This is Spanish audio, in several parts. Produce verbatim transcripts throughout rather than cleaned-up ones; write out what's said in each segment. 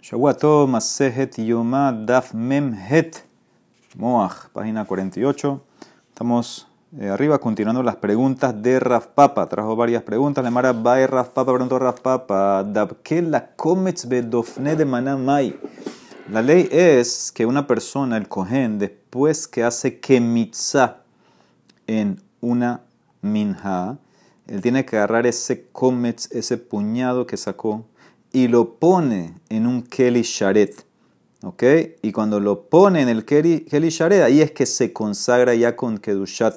Shawato Masejet Yoma Daf Mem Het Moach, página cuarenta y ocho. Estamos eh, arriba continuando las preguntas de Rav Papa. Trajo varias preguntas. Le mara Bae Rav Papa, preguntó Rav Papa. Dabke la kometz bedofne de manamai. La ley es que una persona, el kohen, después que hace kemitzá en una minha, él tiene que agarrar ese kometz, ese puñado que sacó, y lo pone en un keli sharet, ¿ok? Y cuando lo pone en el keli, keli sharet, ahí es que se consagra ya con kedushat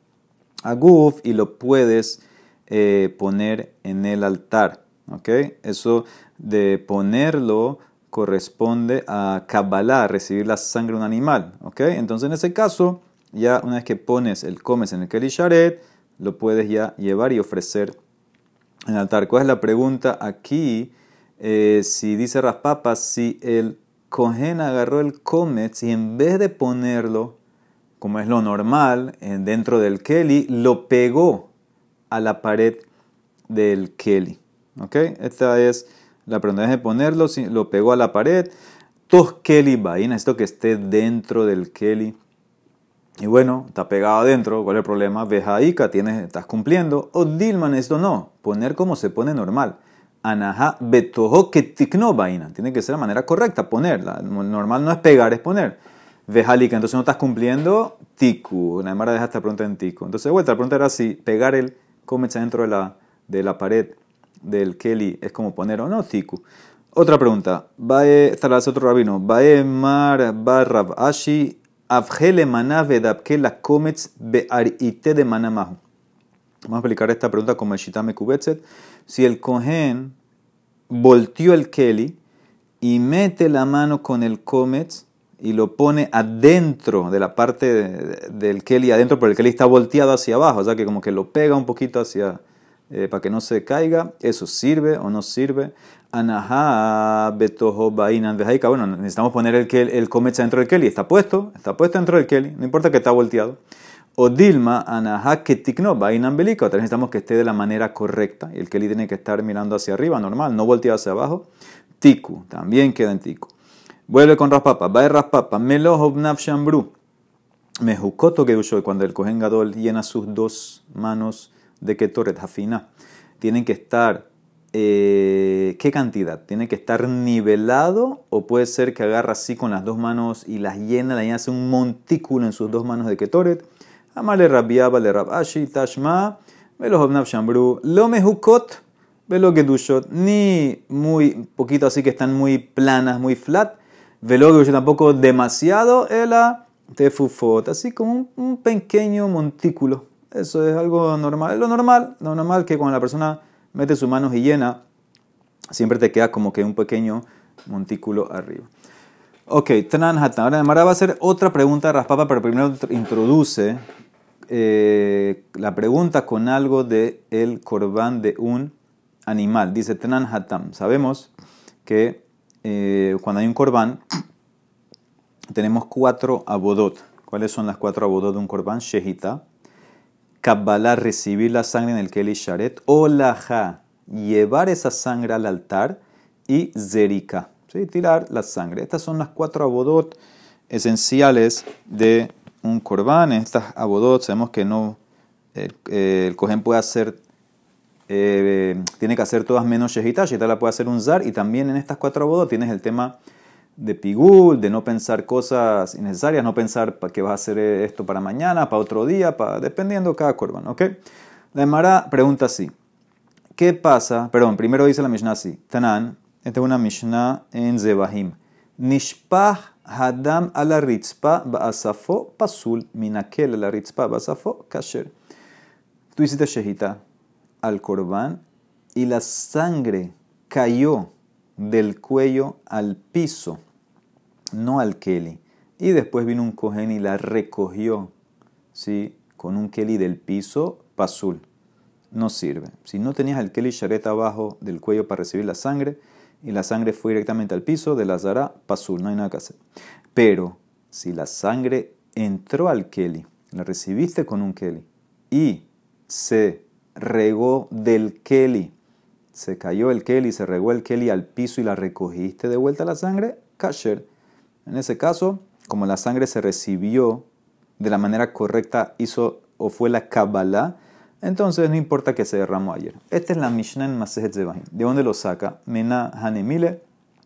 aguf y lo puedes eh, poner en el altar, ¿ok? Eso de ponerlo corresponde a Kabbalah, recibir la sangre de un animal, ¿ok? Entonces en ese caso, ya una vez que pones el kometz en el keli sharet, lo puedes ya llevar y ofrecer en el altar. ¿Cuál es la pregunta aquí? Eh, si dice Rav Papa, si el kohen agarró el kometz y en vez de ponerlo, como es lo normal, dentro del keli, lo pegó a la pared del keli. ¿Ok? Esta es la pregunta. En vez de ponerlo, si lo pegó a la pared, tos keli vaina, esto que esté dentro del keli. Y bueno, está pegado adentro, ¿cuál es el problema? Vejaika, tienes, estás cumpliendo. O Dilman, esto no, poner como se pone normal. Anaha betojo que tikno vaina. Tiene que ser la manera correcta, ponerla. Normal no es pegar, es poner. Vejalika, entonces no estás cumpliendo tiku. La demara deja esta pregunta en tiku. Entonces, de vuelta, la pregunta era si pegar el kometz dentro de la, de la pared del keli es como poner o no tiku. Otra pregunta. Bae, esta la hace otro rabino. Bae mar barrav ashi avjele maná vedabke la kometz be'arite de manamahu. Vamos a explicar esta pregunta como el Shitame Kubetzet. Si el kohen volteó el keli y mete la mano con el kometz y lo pone adentro de la parte de, de, del keli, adentro, pero el keli está volteado hacia abajo, o sea que como que lo pega un poquito hacia, eh, para que no se caiga, ¿eso sirve o no sirve? Anaha betoho bainan vejaika. Bueno, necesitamos poner el, el kometz dentro del keli, está puesto, está puesto dentro del keli, no importa que está volteado. O Dilma, anaha ketikno, bainan belika. Otra necesitamos que esté de la manera correcta. Y el keli tiene que estar mirando hacia arriba, normal, no volteado hacia abajo. Tiku, también queda en tiku. Vuelve con Rav Papa. Va Rav Papa. Melohov nafshambru. Mejukoto gedushoy. Cuando el kohen gadol llena sus dos manos de ketoret hafina. Tienen que estar, eh, ¿qué cantidad? Tiene que estar nivelado o puede ser que agarra así con las dos manos y las llena, la llena, hace un montículo en sus dos manos de ketoret. Amale Rabiaba le Rab Ashi, Tashma, Velo Hobnav Shambru, Lo Mehukot, Velo Gedushot, ni muy poquito así que están muy planas, muy flat, Velo Gedushot tampoco demasiado, Ela Tefufot, así como un, un pequeño montículo. Eso es algo normal, es lo normal, lo normal que cuando la persona mete sus manos y llena, siempre te queda como que un pequeño montículo arriba. Ok, Tanan Hatan. Ahora Mara va a hacer otra pregunta de Rav Papa, pero primero introduce eh, la pregunta con algo de el corbán de un animal. Dice Tanan Hatan. Sabemos que eh, cuando hay un corbán tenemos cuatro abodot. ¿Cuáles son las cuatro abodot de un corbán? Shehita, Kabbalah, recibir la sangre en el keli sharet, Olaja, llevar esa sangre al altar, y Zerika, ¿sí? Tirar la sangre. Estas son las cuatro abodot esenciales de un corbán. En estas abodot sabemos que no el, el kohen puede hacer, eh, tiene que hacer todas menos shehita. Shehita la puede hacer un zar. Y también en estas cuatro abodot tienes el tema de pigul, de no pensar cosas innecesarias, no pensar que vas a hacer esto para mañana, para otro día, para, dependiendo de cada corbán. ¿Okay? La Gemara pregunta así. ¿Qué pasa? Perdón, primero dice la Mishnah así. Tanan. Esta es una Mishnah en Zebahim. Nishpah hadam ala ritzpa ba'asafo pasul minakel ala ritzpa ba'asafo kasher. Tú hiciste shehita al corbán y la sangre cayó del cuello al piso, no al keli. Y después vino un kohen y la recogió, ¿sí? Con un keli del piso, pasul. No sirve. Si no tenías el keli sharet abajo del cuello para recibir la sangre, y la sangre fue directamente al piso, de la zara, pasul, no hay nada que hacer. Pero si la sangre entró al keli, la recibiste con un keli, y se regó del keli se cayó el keli, se regó el keli al piso y la recogiste de vuelta la sangre, kasher. En ese caso, como la sangre se recibió de la manera correcta, hizo o fue la Kabbalah, entonces no importa que se derramó ayer. Esta es la Mishnah en Masejet Zevahim. ¿De dónde lo saca? Mena Hanemile,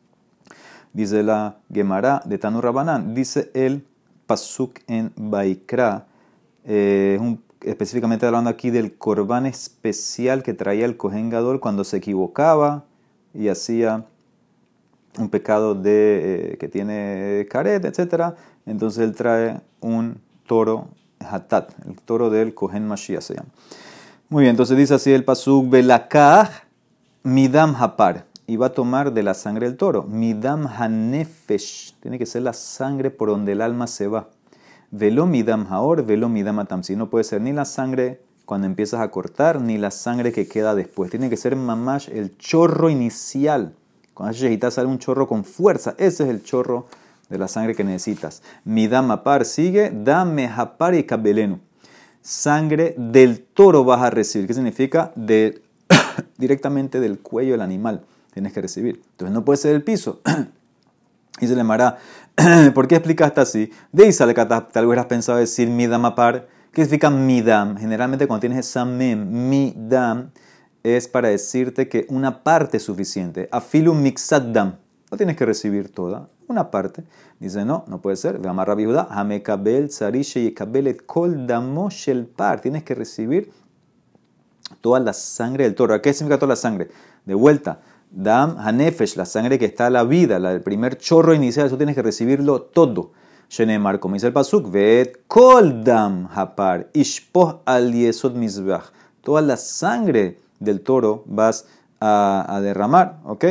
dice la Gemara de Tanu Rabanán, dice el Pasuk en Baikra, eh, un, específicamente hablando aquí del corbán especial que traía el Kohen Gadol cuando se equivocaba y hacía un pecado de, eh, que tiene caret, etcétera. Entonces él trae un toro hatat, el toro del Kohen Mashiach se llama. Muy bien, entonces dice así el pasuk, velakach midam hapar, y va a tomar de la sangre del toro, midam hanefesh, tiene que ser la sangre por donde el alma se va, velo midam haor, velo midam atamsi, no puede ser ni la sangre cuando empiezas a cortar, ni la sangre que queda después, tiene que ser mamash el chorro inicial, cuando necesitas sale un chorro con fuerza, ese es el chorro de la sangre que necesitas. Midam hapar sigue, dame hapar y kabelenu. Sangre del toro vas a recibir. ¿Qué significa? De, directamente del cuello del animal tienes que recibir. Entonces no puede ser el piso. Y se le mará, ¿por qué explicaste así? De Isalekata, tal vez has pensado decir midam hapar. ¿Qué significa midam? Generalmente cuando tienes esa mem, midam, es para decirte que una parte es suficiente. Afilu mixat dam. No tienes que recibir toda, una parte. Dice, no, no puede ser. Ve amarra Yehuda, hamekabel tzarishe yekabel et kol damo shel par. Tienes que recibir toda la sangre del toro. ¿Qué significa toda la sangre? De vuelta, dam hanefesh, la sangre que está a la vida, la del primer chorro inicial, eso tienes que recibirlo todo. Shenemar, como dice el pasuk, veet kol dam hapar, ishpoh al yesod mizbach. Toda la sangre del toro vas a, a derramar, ¿ok?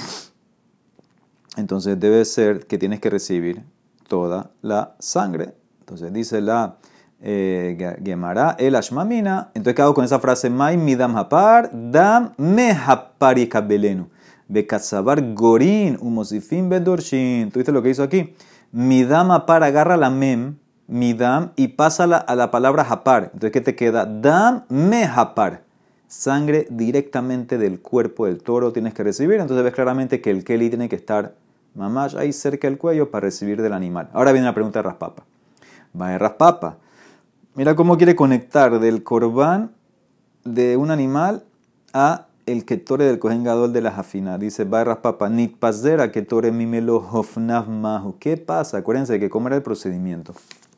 Entonces debe ser que tienes que recibir toda la sangre. Entonces dice la eh, Gemara, el Ashmamina. Entonces, ¿qué hago con esa frase? Mai midam hapar, dam me hapar y kabelenu. Bekatzabar gorin, umosifim bedorshin. ¿Tú viste lo que hizo aquí? Midam hapar, agarra la mem, midam, y pásala a la palabra hapar. Entonces, ¿qué te queda? Dam me hapar. Sangre directamente del cuerpo del toro tienes que recibir. Entonces ves claramente que el keli tiene que estar mamash ahí cerca del cuello para recibir del animal. Ahora viene la pregunta de Raspapa. Va de Raspapa. Mira cómo quiere conectar del corbán de un animal a el ketore del Kohen Gadol de la Jafina. Dice, va de Raspapa. Nitpazera ketore mimelo hofnav mahu. ¿Qué pasa? Acuérdense que cómo era el procedimiento.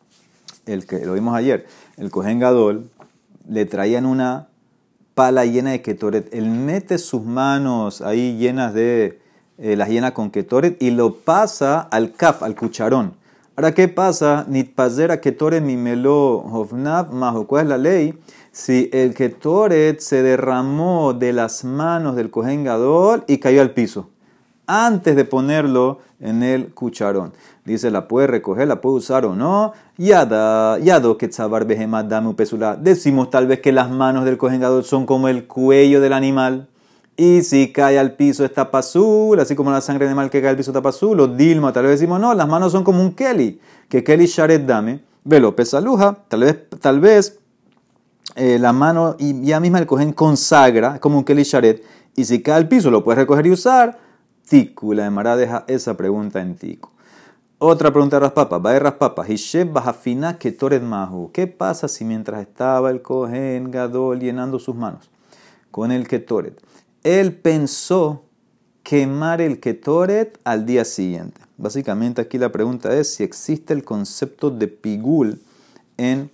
El que lo vimos ayer. El Kohen Gadol le traían una pala llena de ketoret. Él mete sus manos ahí llenas de, eh, las llena con ketoret y lo pasa al kaf, al cucharón. Ahora, ¿qué pasa? Nitpazera ketoret mimelo hofnav mahu. ¿Cuál es la ley? Si el ketoret se derramó de las manos del Kohen Gadol y cayó al piso, antes de ponerlo en el cucharón. Dice, la puede recoger, la puede usar o no. Yada, yado que tzabar behemat dame pesula. Decimos tal vez que las manos del Kohen Gadol son como el cuello del animal. Y si cae al piso está pasul, así como la sangre de animal que cae al piso está pasul. O dilma, tal vez decimos, no, las manos son como un keli. Que keli sharet dame. Velo pesaluja, tal vez, tal vez eh, la mano y ya misma el Kohen consagra, como un keli sharet. Y si cae al piso lo puedes recoger y usar. Tiku, la Gemara deja esa pregunta en Tiku. Otra pregunta de Raspapa, va de Raspapa, Hisheb bajafina ketoret mahu. ¿Qué pasa si mientras estaba el Kohen Gadol llenando sus manos con el ketoret, él pensó quemar el ketoret al día siguiente? Básicamente aquí la pregunta es si existe el concepto de pigul en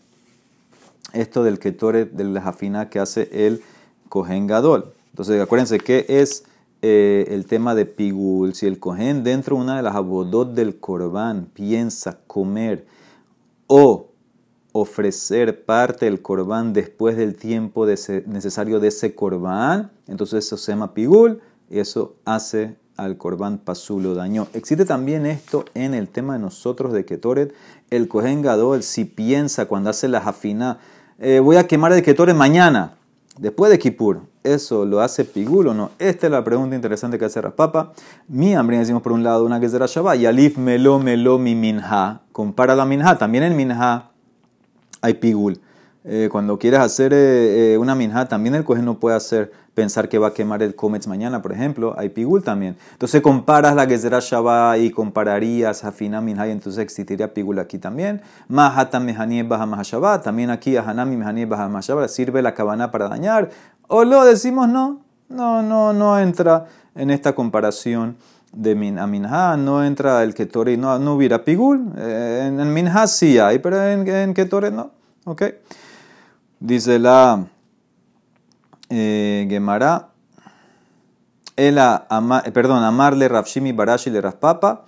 esto del ketoret, de la jafina que hace el Kohen Gadol. Entonces acuérdense que es Eh, el tema de pigul. Si el Kohen dentro de una de las abodot del corbán piensa comer o ofrecer parte del corbán después del tiempo de ese, necesario de ese corbán, entonces eso se llama pigul y eso hace al corbán pasul o daño. Existe también esto en el tema de nosotros de ketoret. El Kohen Gadol, si piensa cuando hace la jafina, eh, voy a quemar el ketoret mañana, después de Kippur, ¿eso lo hace pigul o no? Esta es la pregunta interesante que hace Raspapa. Mi hambre, decimos por un lado una que es de la Shabbat, y alif melo melo mi minha. Compara la minha. También en minha hay pigul. Eh, cuando quieres hacer eh, una minha, también el Kohen no puede hacer pensar que va a quemar el comets mañana, por ejemplo, hay pigul también. Entonces comparas la Gezerá Shabbat y compararías Hafina Minhay, entonces existiría pigul aquí también. Mahatam Mehanie Baja Mahashabat, también aquí Ahanami Mehanie Baja Mahashabat, sirve la cabana para dañar. O lo decimos no, no, no, no entra en esta comparación de min a minha, no entra el Ketoret, no, no hubiera pigul. Eh, en, en minha sí hay, pero en, en Ketoret no. Ok. Dice la eh, Gemara, Ela, ama, perdón, amarle Rav Shimi Barashi le Rav Papa,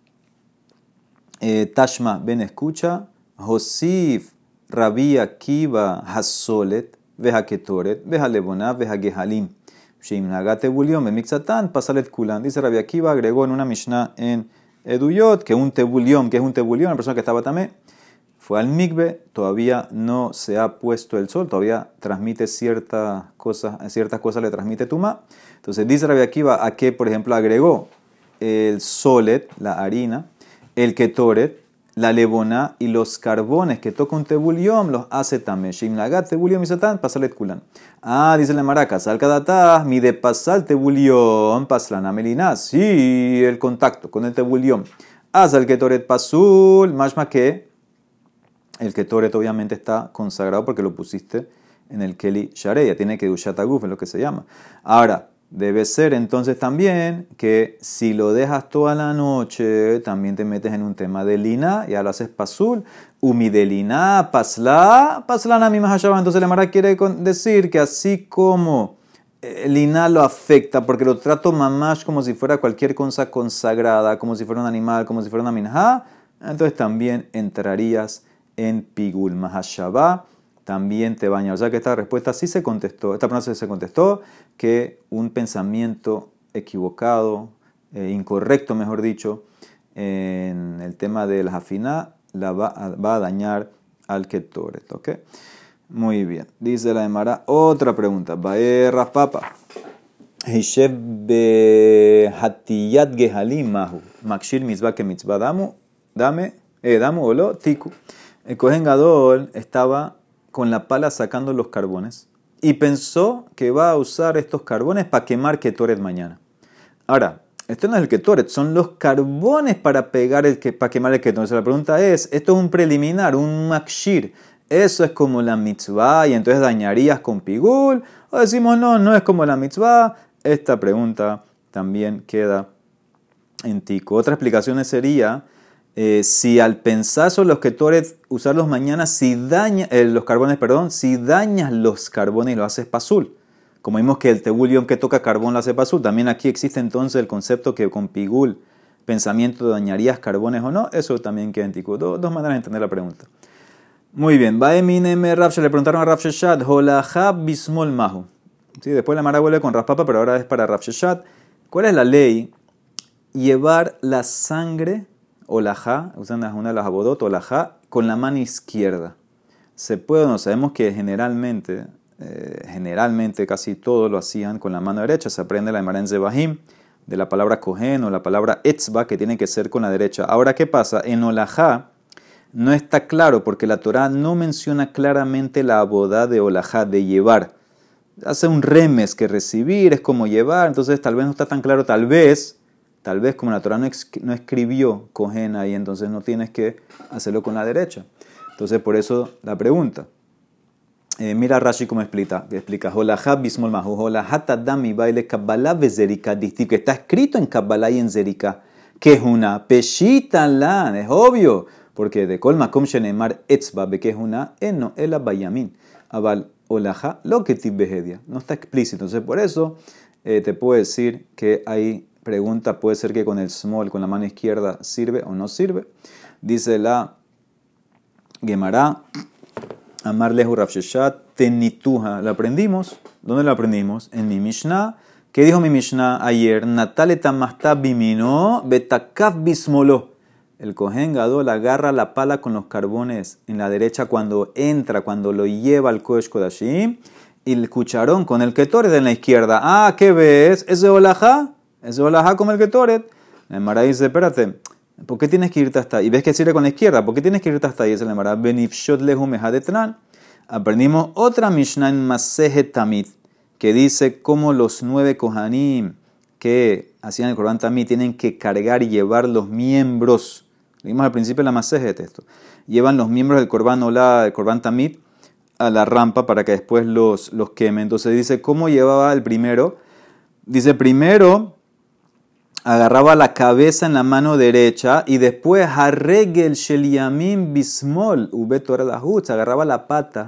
eh, Tashma ben escucha, Josif Rabbi Akiva Hasolet, Veja Ketoret, Veja Lebona, Veja Gehalim. Shimnagate Bulion, Memixatán, Pasalet Kulan. Dice Rabbi Akiva, agregó en una Mishnah en Eduyot que un tebulión, que es un tebulión, una persona que estaba también, fue al mikve, todavía no se ha puesto el sol, todavía transmite ciertas cosas, ciertas cosas le transmite Tumá. Entonces dice Rabbi Akiva a que, por ejemplo, agregó el solet, la harina, el ketoret, la leboná y los carbones que toca un tebulión los hace también. Shimnagat tebulión y satán, pasalet kulan. Ah, dice la maraca, sal cada mi de pasal tebulión, paslana melina. Sí, el contacto con el tebulión. Haz el ketoret pasul, mashma que el ketoret obviamente está consagrado porque lo pusiste en el keli shareya, tiene que dushat aguf, es lo que se llama. Ahora, debe ser entonces también que si lo dejas toda la noche, también te metes en un tema de lina, ya lo haces pasul, umi de lina, pasla, paslana mi mahashaba. Entonces la Mara quiere decir que así como el lina lo afecta, porque lo trato mamash como si fuera cualquier cosa consagrada, como si fuera un animal, como si fuera una minja, entonces también entrarías en pigul mahashaba, también te baña. O sea que esta respuesta sí se contestó, esta pregunta se contestó, que un pensamiento equivocado, eh, incorrecto mejor dicho, en el tema de la jafiná, la va a, va a dañar al ketoret. ¿Ok? Muy bien. Dice la Gemara, otra pregunta. Bae Rav Papa. Hishev be hatiyat gehalim mahu. Makshir mitzvah ke mitzvah damu. Dame, eh, damu o lo, tiku. El Kohen Gadol estaba con la pala sacando los carbones y pensó que va a usar estos carbones para quemar ketoret mañana. Ahora, esto no es el ketoret, son los carbones para pegar el que, para quemar el ketoret. Entonces la pregunta es, esto es un preliminar, un makshir. Eso es como la mitzvah y entonces dañarías con pigul. O decimos no, no es como la mitzvah. Esta pregunta también queda en tico. Otra explicación sería Eh, si al pensar sobre los ketoret, usarlos mañana, si daña, eh, los carbones, perdón, si dañas los carbones y lo haces pasul. Como vimos que el tebulión que toca carbón lo hace pasul, también aquí existe entonces el concepto que con pigul, pensamiento, dañarías carbones o no, eso también queda en tico. Dos, dos maneras de entender la pregunta. Muy bien, Baeminem Rav, le preguntaron a Rav Sheshat, Holajá bismol mahu. Sí, después la Mara vuelve con Rav Papa, pero ahora es para Rav Sheshat. ¿Cuál es la ley? Llevar la sangre olajá, usan una de las abodot, olajá, con la mano izquierda. Se puede o no, sabemos que generalmente, eh, generalmente casi todos lo hacían con la mano derecha. Se aprende la Gemara en Zebahim, de la palabra kohen o la palabra etzba, que tiene que ser con la derecha. Ahora, ¿qué pasa? En olajá no está claro, porque la Torá no menciona claramente la abodá de olajá, de llevar. Hace un remes que recibir es como llevar, entonces tal vez no está tan claro, tal vez... Tal vez como la Torá no, no escribió Kohen ahí, entonces no tienes que hacerlo con la derecha. Entonces por eso la pregunta. Eh, mira Rashi cómo explica. Que explica. Holajá bismol mahu. Holajá tadami baile kabbalah vezerika. Que está escrito en Kabbalah y en Zerika. Que es una peshita lan. Es obvio. Porque de kol makom shenemar etzba be que es una eno ela bayamin. Abal holajá lo que tibbehedia. No está explícito. Entonces por eso eh, te puedo decir que hay... Pregunta, puede ser que con el small, con la mano izquierda, sirve o no sirve. Dice la Gemara, Amar lehu Rav Sheshat, tenituja. ¿La aprendimos? ¿Dónde la aprendimos? En mi Mishnah. ¿Qué dijo mi Mishnah ayer? Natale tamasta bimino betakaf bismolo. El Kohen Gadol agarra la pala con los carbones en la derecha cuando entra, cuando lo lleva al Kodesh Kodashim, y el cucharón con el ketoret en la izquierda. Ah, ¿qué ves? ¿Es de olajá? Es olajá como el ketoret. La Gemara dice, espérate, ¿por qué tienes que irte hasta ahí? Y ves que sirve con la izquierda, ¿por qué tienes que irte hasta ahí? Es la Gemara, benifshot lehu mehadetran. Aprendimos otra Mishnah en Masejet Tamid, que dice cómo los nueve Kohanim que hacían el Korban Tamid tienen que cargar y llevar los miembros. Vimos al principio de la Masejet esto. Llevan los miembros del Korban Olá, del Korban Tamid, a la rampa para que después los, los quemen. Entonces dice, ¿cómo llevaba el primero? Dice, primero agarraba la cabeza en la mano derecha y después Harregel Shel Yamin Bismol, Ubet Torah Lahutz, agarraba la pata,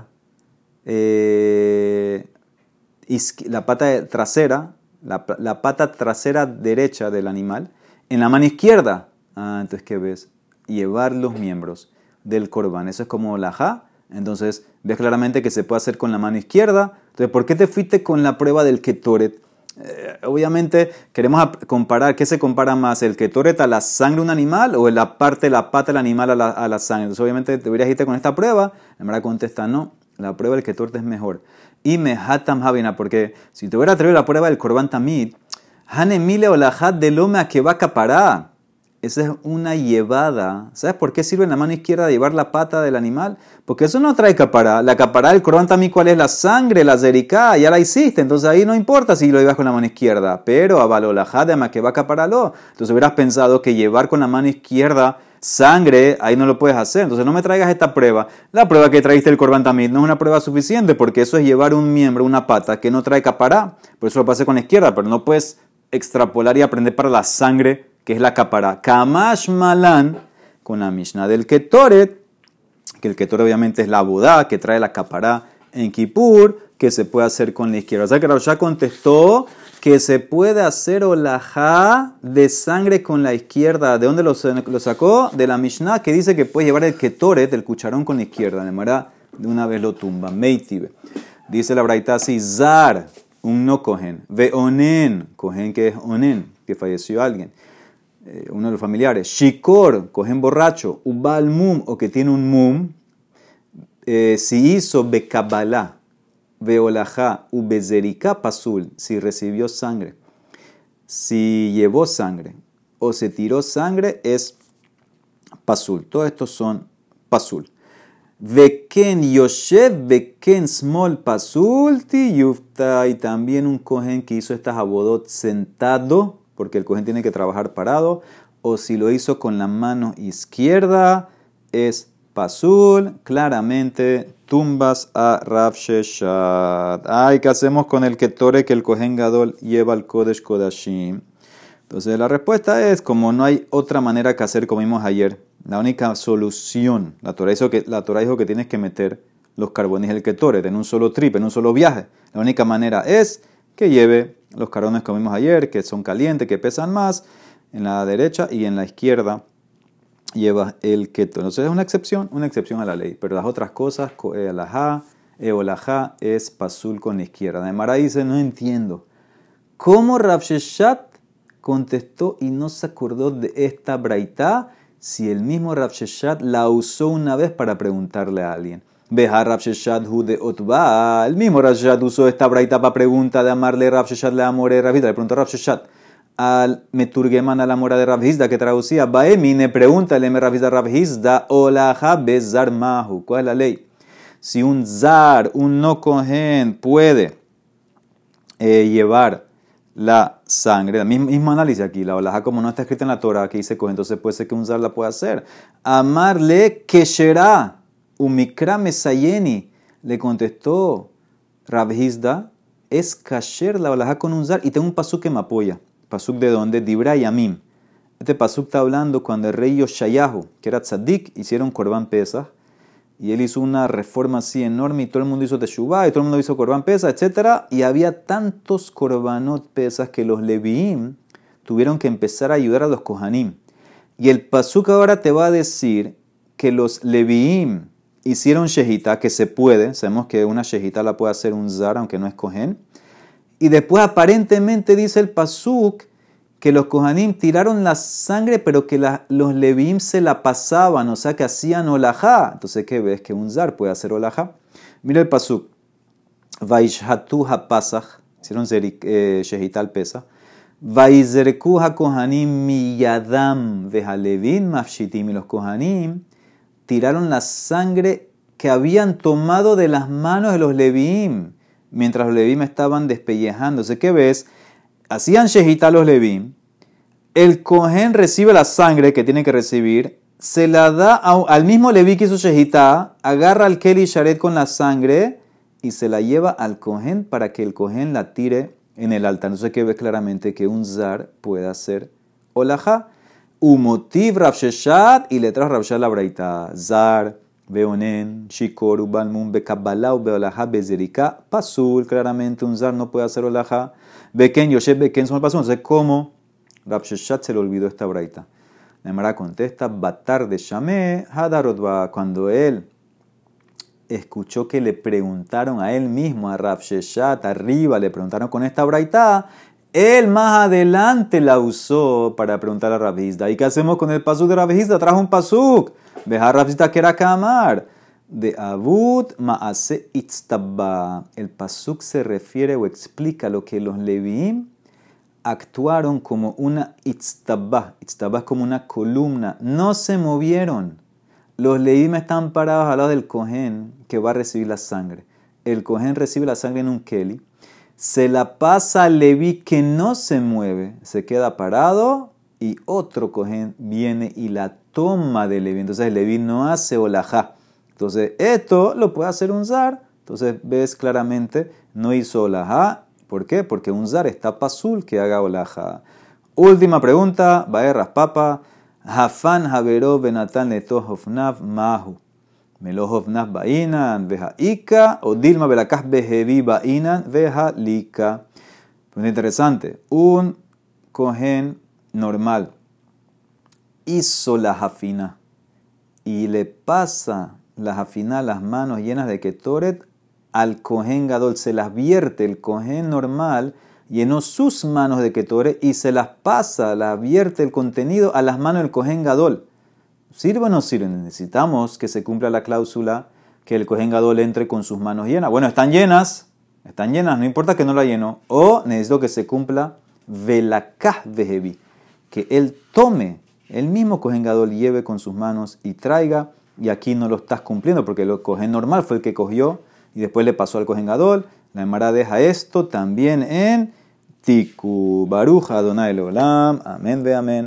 eh, la pata trasera, la, la pata trasera derecha del animal, en la mano izquierda. Ah, entonces, ¿qué ves? Llevar los miembros del Korban. Eso es como la ja. Entonces, ves claramente que se puede hacer con la mano izquierda. Entonces, ¿por qué te fuiste con la prueba del Ketoret? Eh, obviamente, queremos comparar, ¿qué se compara más? ¿El Ketoret a la sangre de un animal o la parte de la pata del animal a la, a la sangre? Entonces, obviamente, deberías irte con esta prueba. En verdad contesta, no, la prueba del Ketoret es mejor. Y me hatam havina, porque si te hubiera traído la prueba del Korban Tamid, hanemile o la hat de loma que va a capará. Esa es una llevada. ¿Sabes por qué sirve en la mano izquierda llevar la pata del animal? Porque eso no trae capará. La capará del Korban Tamid, ¿cuál es? La sangre, la zericá, ya la hiciste. Entonces ahí no importa si lo llevas con la mano izquierda. Pero a balolajá de ma que va a caparalo. Entonces hubieras pensado que llevar con la mano izquierda sangre, ahí no lo puedes hacer. Entonces no me traigas esta prueba. La prueba que traíste el Korban Tamid no es una prueba suficiente porque eso es llevar un miembro, una pata que no trae capará. Por eso lo pasé con la izquierda, pero no puedes extrapolar y aprender para la sangre, que es la capará. Kamash malan, con la Mishnah del Ketoret, que el Ketoret obviamente es la bodá, que trae la capará en Kippur, que se puede hacer con la izquierda. O sea que Rav Shah contestó que se puede hacer olajá de sangre con la izquierda. ¿De dónde lo, lo sacó? De la Mishnah, que dice que puedes llevar el Ketoret, el cucharón, con la izquierda. De manera, de una vez lo tumba. Meitibe. Dice la Braita así, Zar, un no cohen, ve onen, cohen que es onen, que falleció alguien, eh, uno de los familiares, shikor, cohen borracho, ubal mum, o que tiene un mum, eh, si hizo bekabalá, veolajá, ubezerika pasul, si recibió sangre, si llevó sangre, o se tiró sangre, es pasul. Todos estos son pasul. Veken Yoshev, Veken Small Pasulti Yufta, y también un cohen que hizo estas abodot sentado, porque el cohen tiene que trabajar parado, o si lo hizo con la mano izquierda, es pasul. Claramente tumbas a Rav Sheshat. Ay, ¿qué hacemos con el ketore que el cohen gadol lleva al Kodesh Kodashim? Entonces la respuesta es, como no hay otra manera que hacer como vimos ayer, la única solución, la Torah dijo que, la Torah dijo que tienes que meter los carbones del Ketoret en un solo trip, en un solo viaje. La única manera es que lleve los carbones que vimos ayer, que son calientes, que pesan más, en la derecha y en la izquierda lleva el Ketoret. Entonces es una excepción, una excepción a la ley. Pero las otras cosas, alajá, eolajá, es pasul con la izquierda. De Mara dice, no entiendo. ¿Cómo Rav Sheshat contestó y no se acordó de esta braitá si el mismo Rav Sheshat la usó una vez para preguntarle a alguien? Veja Rav Sheshat hu de otba. El mismo Rav Sheshat usó esta braitá para pregunta de amarle Rav Sheshat le amore Rav Hizda. Le preguntó Rav Sheshat al meturgeman a la mora de Rav Hizda que traducía Baemine, pregúntale Rav Hizda Rav Hizda olaja bezar mahu. ¿Cuál es la ley? Si un zar, un no cohen puede eh, llevar la sangre, el mismo, mismo análisis aquí, la olaja como no está escrita en la Torah, que dice cohen, entonces puede ser que un zar la pueda hacer. Amarle kesherá, umikra mesayeni, le contestó Rav Hizda, es kasher la olaja con un zar, y tengo un pasuk que me apoya. Pasuk de dónde? Dibra Yamim. Este pasuk está hablando cuando el rey Yoshayahu, que era tzadik, hicieron Korban Pesach, y él hizo una reforma así enorme, y todo el mundo hizo Teshuvah, y todo el mundo hizo Korban Pesach, etcétera. Y había tantos Korbanot Pesach que los Leviim tuvieron que empezar a ayudar a los Kohanim. Y el pasuk ahora te va a decir que los Leviim hicieron Shehita, que se puede, sabemos que una Shehita la puede hacer un Zar, aunque no es Kohen. Y después aparentemente dice el pasuk que los Kohanim tiraron la sangre, pero que la, los Leviim se la pasaban, o sea que hacían olajá. Entonces, ¿qué ves? Que un zar puede hacer olajá. Mira el pasuk. Vaishhatu ha-pasach, hicieron eh, shehita al pesach. Vaizerku ha-kohanim miyadam vehalevin mafshitim. Y los Kohanim tiraron la sangre que habían tomado de las manos de los Leviim. mientras los Levim estaban despellejándose. ¿Qué ves? Hacían shejitá los Levim, el Cohen recibe la sangre que tiene que recibir, se la da a, al mismo Leví que hizo shejitá, agarra al Keli Sharet con la sangre y se la lleva al Cohen para que el Cohen la tire en el altar. Entonces que ves claramente que un zar puede hacer olajá. Umotiv Rav Sheshat y le trajo Rav Sheshat la braita. Zar, Beonen, Shikor, Ubalmun, Bekabbalah, Beolajá, Bezerika, Pasul. Claramente un zar no puede hacer olajá. Beken, Yosef, Beken son el pasul. Entonces, ¿cómo Rav Sheshat se le olvidó esta braita? La Gemara contesta, Batar de Shameh, Hadarotba, cuando él escuchó que le preguntaron a él mismo, a Rav Sheshat, arriba, le preguntaron con esta braita, él más adelante la usó para preguntar a Rav Hizda. ¿Y qué hacemos con el pasuk de Rav Hizda? Trajo un pasuk. Veja Rav Hizda que era Kamar. De Abud Maase Itztabba. El pasuk se refiere o explica lo que los Leviim actuaron como una Itztabba. Itztabba es como una columna. No se movieron. Los Leviim están parados al lado del Cohen que va a recibir la sangre. El Cohen recibe la sangre en un Keli. Se la pasa al Leví que no se mueve. Se queda parado y otro Cohen viene y la toma del Leví. Entonces el Leví no hace olajá. Entonces esto lo puede hacer un zar. Entonces ves claramente, no hizo olajá. ¿Por qué? Porque un zar está pasul que haga olajá. Última pregunta. Baerras papa. Hafan Haverov Benatan Letohofnav Mahu. Melohofnav Bainan Veja Ika o Dilma Belakah Behevi Bainan Veja Lika. Muy interesante. Un Cohen normal hizo la jafina y le pasa la jafina las manos llenas de ketoret al Cohen Gadol. Se las vierte el Cohen normal. Llenó sus manos de ketoret y se las pasa, las vierte el contenido a las manos del Cohen Gadol. ¿Sirve o no sirve? Necesitamos que se cumpla la cláusula que el Cohen Gadol entre con sus manos llenas. Bueno, están llenas, están llenas, no importa que no la llenó. O necesito que se cumpla velakah vehevi, que él tome, el mismo Cohen Gadol lleve con sus manos y traiga. Y aquí no lo estás cumpliendo porque el Cohen normal fue el que cogió y después le pasó al Cohen Gadol. La Gemara deja esto también en Tiku Baruch Adonai Leolam. Amén ve amén.